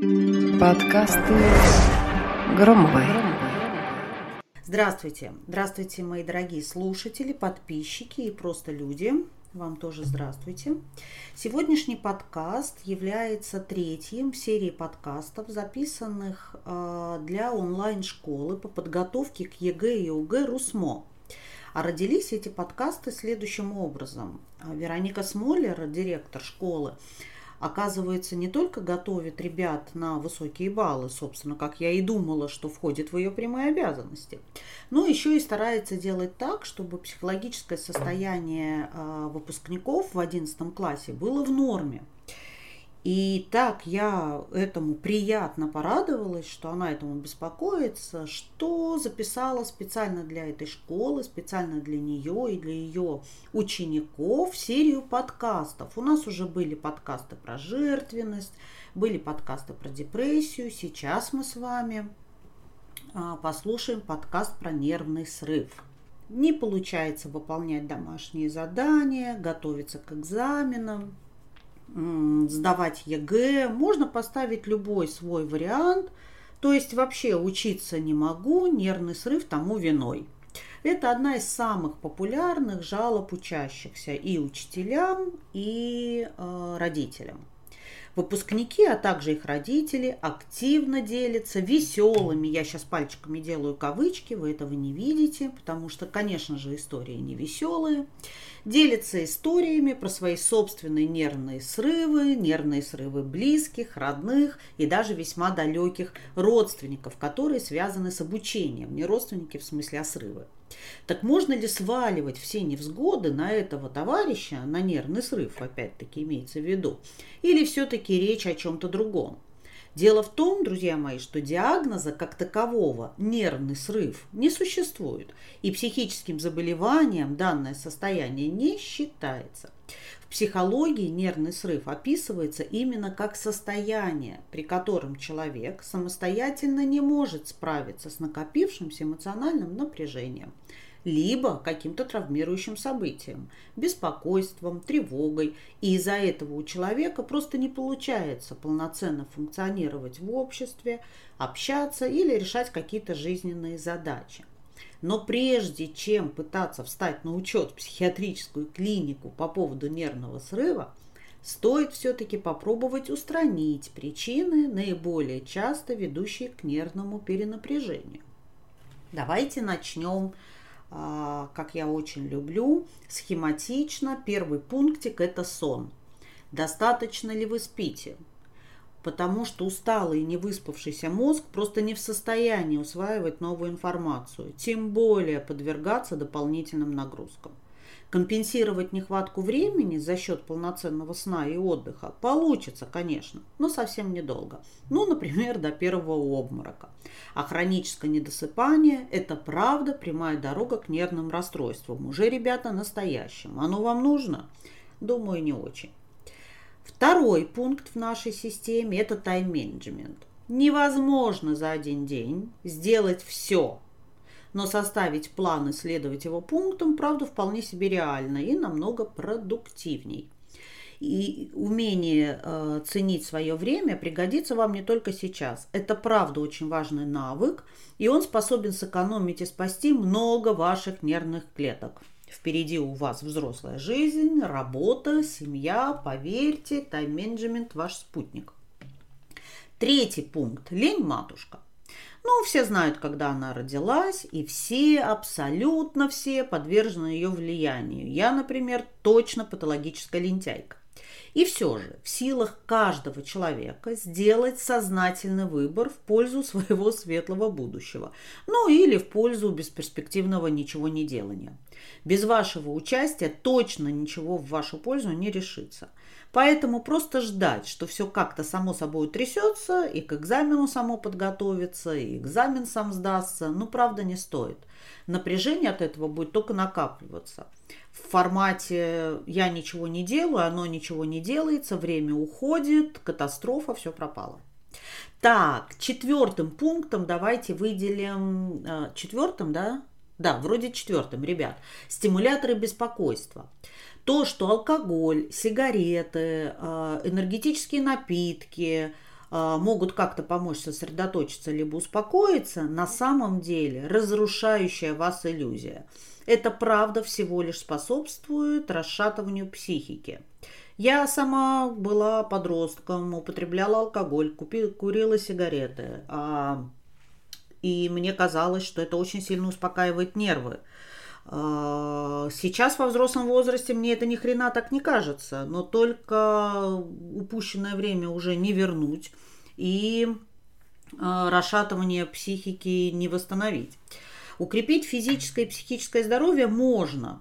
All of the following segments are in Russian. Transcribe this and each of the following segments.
Подкасты Громовой. Здравствуйте. Здравствуйте, мои дорогие слушатели, подписчики и просто люди. Вам тоже здравствуйте. Сегодняшний подкаст является третьим в серии подкастов, записанных для онлайн-школы по подготовке к ЕГЭ и ОГЭ РУСМО. А родились эти подкасты следующим образом. Вероника Смоллер, директор школы, оказывается, не только готовит ребят на высокие баллы, собственно, как я и думала, что входит в ее прямые обязанности, но еще и старается делать так, чтобы психологическое состояние выпускников в 11 классе было в норме. И так я этому приятно порадовалась, что она этому беспокоится, что записала специально для этой школы, специально для нее и для ее учеников серию подкастов. У нас уже были подкасты про жертвенность, были подкасты про депрессию. Сейчас мы с вами послушаем подкаст про нервный срыв. Не получается выполнять домашние задания, готовиться к экзаменам, сдавать ЕГЭ, можно поставить любой свой вариант, то есть вообще учиться не могу, нервный срыв тому виной. Это одна из самых популярных жалоб учащихся и учителям, и родителям. Выпускники, а также их родители активно делятся веселыми, я сейчас пальчиками делаю кавычки, вы этого не видите, потому что, конечно же, истории не веселые, делятся историями про свои собственные нервные срывы близких, родных и даже весьма далеких родственников, которые связаны с обучением, не родственники в смысле, а срывы. Так можно ли сваливать все невзгоды на этого товарища, на нервный срыв, опять-таки имеется в виду, или все-таки речь о чем-то другом? Дело в том, друзья мои, что диагноза как такового нервный срыв не существует, и психическим заболеванием данное состояние не считается. В психологии нервный срыв описывается именно как состояние, при котором человек самостоятельно не может справиться с накопившимся эмоциональным напряжением, либо каким-то травмирующим событием, беспокойством, тревогой, и из-за этого у человека просто не получается полноценно функционировать в обществе, общаться или решать какие-то жизненные задачи. Но прежде чем пытаться встать на учет в психиатрическую клинику по поводу нервного срыва, стоит все-таки попробовать устранить причины, наиболее часто ведущие к нервному перенапряжению. Давайте начнем, как я очень люблю, схематично. Первый пунктик – это сон. Достаточно ли вы спите? Потому что усталый и невыспавшийся мозг просто не в состоянии усваивать новую информацию, тем более подвергаться дополнительным нагрузкам. Компенсировать нехватку времени за счет полноценного сна и отдыха получится, конечно, но совсем недолго. Например, до первого обморока. А хроническое недосыпание – это правда прямая дорога к нервным расстройствам. Уже, ребята, настоящим. Оно вам нужно? Думаю, не очень. Второй пункт в нашей системе – это тайм-менеджмент. Невозможно за один день сделать все, но составить план и следовать его пунктам, правда, вполне себе реально и намного продуктивней. И умение ценить свое время пригодится вам не только сейчас. Это, правда, очень важный навык, и он способен сэкономить и спасти много ваших нервных клеток. Впереди у вас взрослая жизнь, работа, семья, поверьте, тайм-менеджмент ваш спутник. Третий пункт – лень-матушка. Все знают, когда она родилась, и все, абсолютно все подвержены ее влиянию. Я, например, точно патологическая лентяйка. И все же в силах каждого человека сделать сознательный выбор в пользу своего светлого будущего. Или в пользу бесперспективного ничего не делания. Без вашего участия точно ничего в вашу пользу не решится. Поэтому просто ждать, что все как-то само собой трясется, и к экзамену само подготовится, и экзамен сам сдастся, правда, не стоит. Напряжение от этого будет только накапливаться. В формате «я ничего не делаю», оно ничего не делается, время уходит, катастрофа, все пропало. Так, четвертым пунктом давайте выделим... Четвертым, да? Да, вроде четвертым, ребят. Стимуляторы беспокойства. То, что алкоголь, сигареты, энергетические напитки, могут как-то помочь сосредоточиться либо успокоиться, на самом деле разрушающая вас иллюзия. Это правда всего лишь способствует расшатыванию психики. Я сама была подростком, употребляла алкоголь, курила сигареты. И мне казалось, что это очень сильно успокаивает нервы. Сейчас во взрослом возрасте мне это ни хрена так не кажется, но только упущенное время уже не вернуть и расшатывание психики не восстановить. Укрепить физическое и психическое здоровье можно.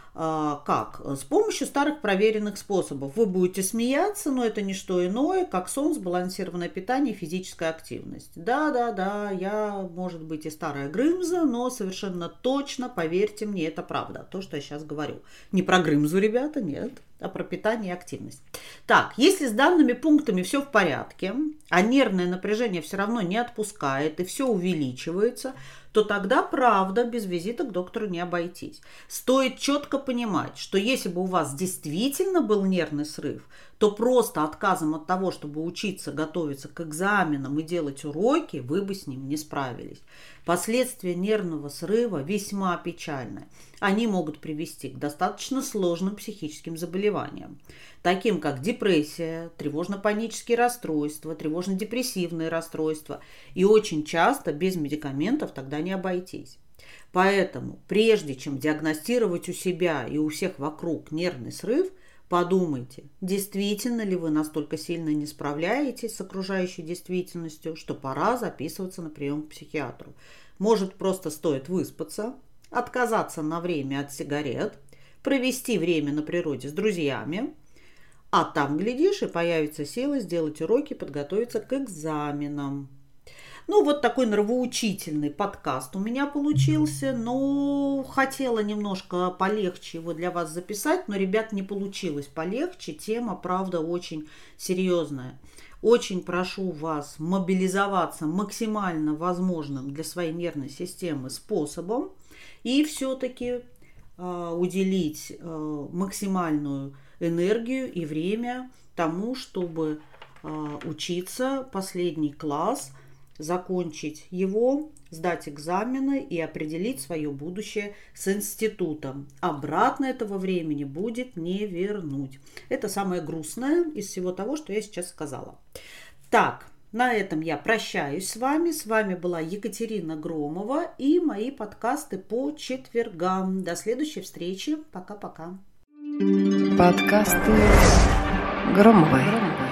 Как? С помощью старых проверенных способов. Вы будете смеяться, но это не что иное, как сон, сбалансированное питание и физическая активность. Да, я, может быть, и старая Грымза, но совершенно точно, поверьте мне, это правда. То, что я сейчас говорю. Не про Грымзу, ребята, нет, а про питание и активность. Так, если с данными пунктами все в порядке, а нервное напряжение все равно не отпускает и все увеличивается, то тогда, правда, без визита к доктору не обойтись. Стоит четко понимать, что если бы у вас действительно был нервный срыв, то просто отказом от того, чтобы учиться, готовиться к экзаменам и делать уроки, вы бы с ним не справились. Последствия нервного срыва весьма печальны. Они могут привести к достаточно сложным психическим заболеваниям, таким как депрессия, тревожно-панические расстройства, тревожно-депрессивные расстройства. И очень часто без медикаментов тогда не обойтись. Поэтому, прежде чем диагностировать у себя и у всех вокруг нервный срыв, подумайте, действительно ли вы настолько сильно не справляетесь с окружающей действительностью, что пора записываться на прием к психиатру. Может, просто стоит выспаться, отказаться на время от сигарет, провести время на природе с друзьями, а там, глядишь, и появится сила сделать уроки, подготовиться к экзаменам. Ну, вот такой нравоучительный подкаст у меня получился. Ну, хотела немножко полегче его для вас записать, но, ребят, не получилось полегче. Тема, правда, очень серьезная. Очень прошу вас мобилизоваться максимально возможным для своей нервной системы способом и все-таки уделить максимальную энергию и время тому, чтобы учиться последний класс, закончить его, сдать экзамены и определить свое будущее с институтом. Обратно этого времени будет не вернуть. Это самое грустное из всего того, что я сейчас сказала. Так, на этом я прощаюсь с вами. С вами была Екатерина Громова и мои подкасты по четвергам. До следующей встречи. Пока-пока. Подкасты Громовой.